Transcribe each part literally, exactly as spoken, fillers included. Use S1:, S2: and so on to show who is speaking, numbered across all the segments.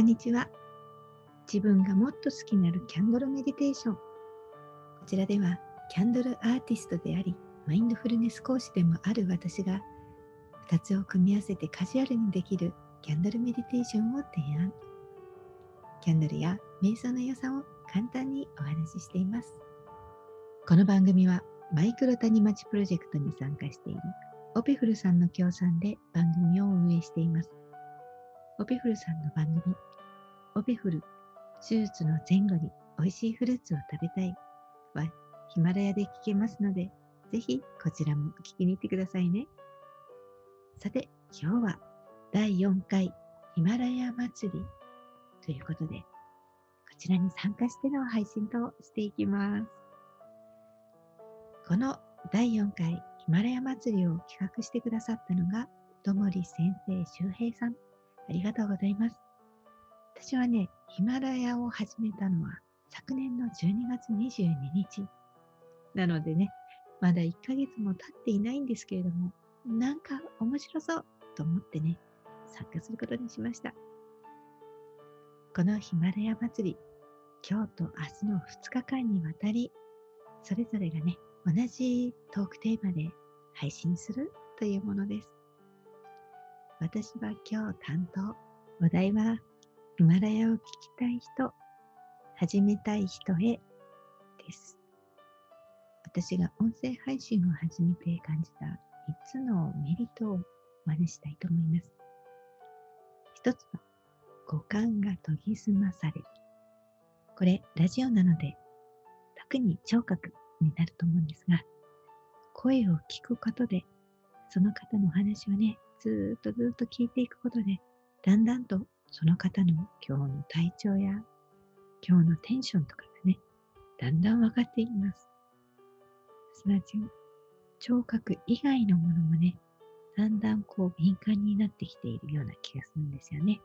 S1: んにちは。自分がもっと好きになるキャンドルメディテーション。こちらではキャンドルアーティストであり、マインドフルネス講師でもある私が、ふたつを組み合わせてカジュアルにできるキャンドルメディテーションを提案。キャンドルや瞑想の良さを簡単にお話ししています。この番組はマイクロ谷町プロジェクトに参加しているオペフルさんの協賛で番組を運営しています。オペフルさんの番組、オペフル、手術の前後に美味しいフルーツを食べたいはヒマラヤで聞けますので、ぜひこちらも聞きに行ってくださいね。さて、今日はだいよんかいヒマラヤ祭りということで、こちらに参加しての配信としていきます。このだいよんかいヒマラヤ祭りを企画してくださったのが、ともり先生周平さん。ありがとうございます。私はね、ヒマラヤを始めたのは昨年のじゅうにがつにじゅうににち。なのでね、まだいっかげつも経っていないんですけれども、なんか面白そうと思ってね、参加することにしました。このヒマラヤ祭り、今日と明日のふつかかんにわたり、それぞれがね、同じトークテーマで配信するというものです。私は今日担当、お題はヒマラヤを聞きたい人、始めたい人へです。私が音声配信を始めて感じたみっつのメリットをお話ししたいと思います。ひとつは、五感が研ぎ澄まされる。これ、ラジオなので、特に聴覚になると思うんですが、声を聞くことで、その方のお話をね、ずーっとずーっと聞いていくことで、だんだんとその方の今日の体調や、今日のテンションとかがね、だんだん分かっていきます。すなわち、聴覚以外のものもね、だんだんこう敏感になってきているような気がするんですよね。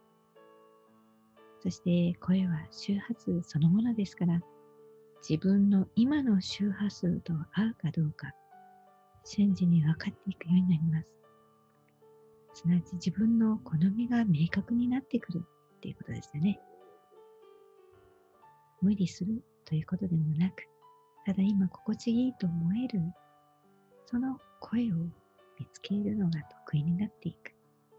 S1: そして声は周波数そのものですから、自分の今の周波数と合うかどうか、瞬時に分かっていくようになります。すなわち自分の好みが明確になってくるっていうことですよね。無理するということでもなく、ただ今心地いいと思える、その声を見つけるのが得意になっていく。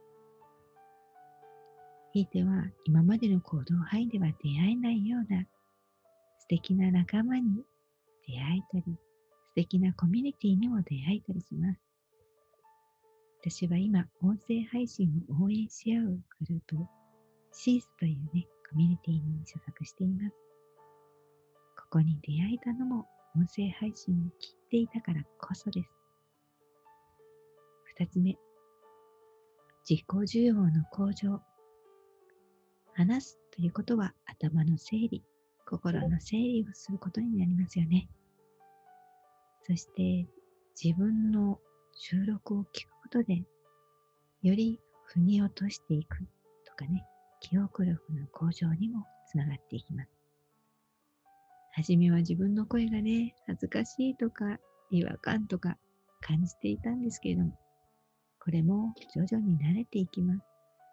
S1: ひいては今までの行動範囲では出会えないような素敵な仲間に出会えたり、素敵なコミュニティにも出会えたりします。私は今、音声配信を応援し合うグループ、シーズというね、コミュニティに所属しています。ここに出会えたのも音声配信を聞いていたからこそです。二つ目、自己需要の向上。話すということは頭の整理、心の整理をすることになりますよね。そして自分の収録を聞くことで、より腑に落としていくとかね、記憶力の向上にもつながっていきます。はじめは自分の声がね、恥ずかしいとか違和感とか感じていたんですけれども、これも徐々に慣れていきます。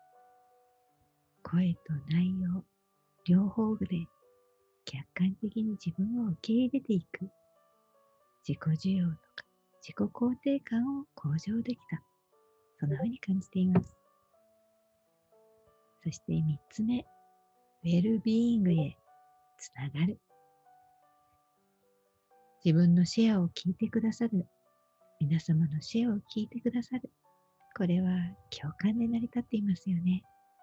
S1: 声と内容、両方で客観的に自分を受け入れていく。自己需要とか自己肯定感を向上できた。そんな風に感じています。そして三つ目、ウェルビーイングへつながる。自分のシェアを聞いてくださる。皆様のシェアを聞いてくださる。これは共感で成り立っていますよね。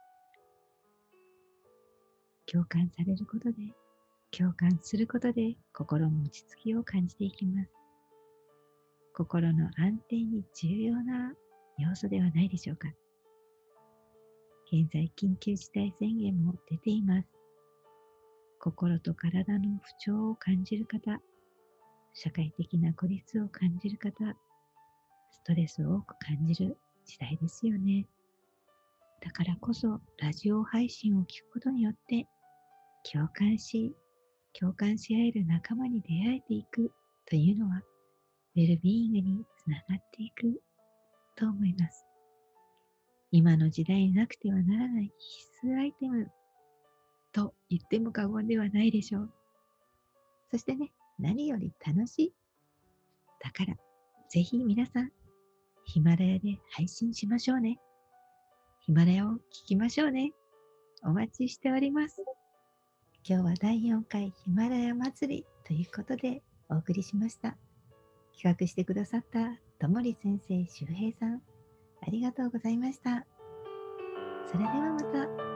S1: 共感されることで、共感することで心の落ち着きを感じていきます。心の安定に重要な要素ではないでしょうか。現在緊急事態宣言も出ています。心と体の不調を感じる方、社会的な孤立を感じる方、ストレスを多く感じる時代ですよね。だからこそラジオ配信を聞くことによって共感し、共感し合える仲間に出会えていくというのはウェルビーイングにつながっていくと思います。 今の時代になくてはならない必須アイテムと言っても過言ではないでしょう。そしてね、何より楽しい。だから、ぜひ皆さん、ヒマラヤで配信しましょうね。ヒマラヤを聞きましょうね。お待ちしております。今日はだいよんかいヒマラヤ祭りということでお送りしました。企画してくださったともり先生、周平さん、ありがとうございました。それではまた。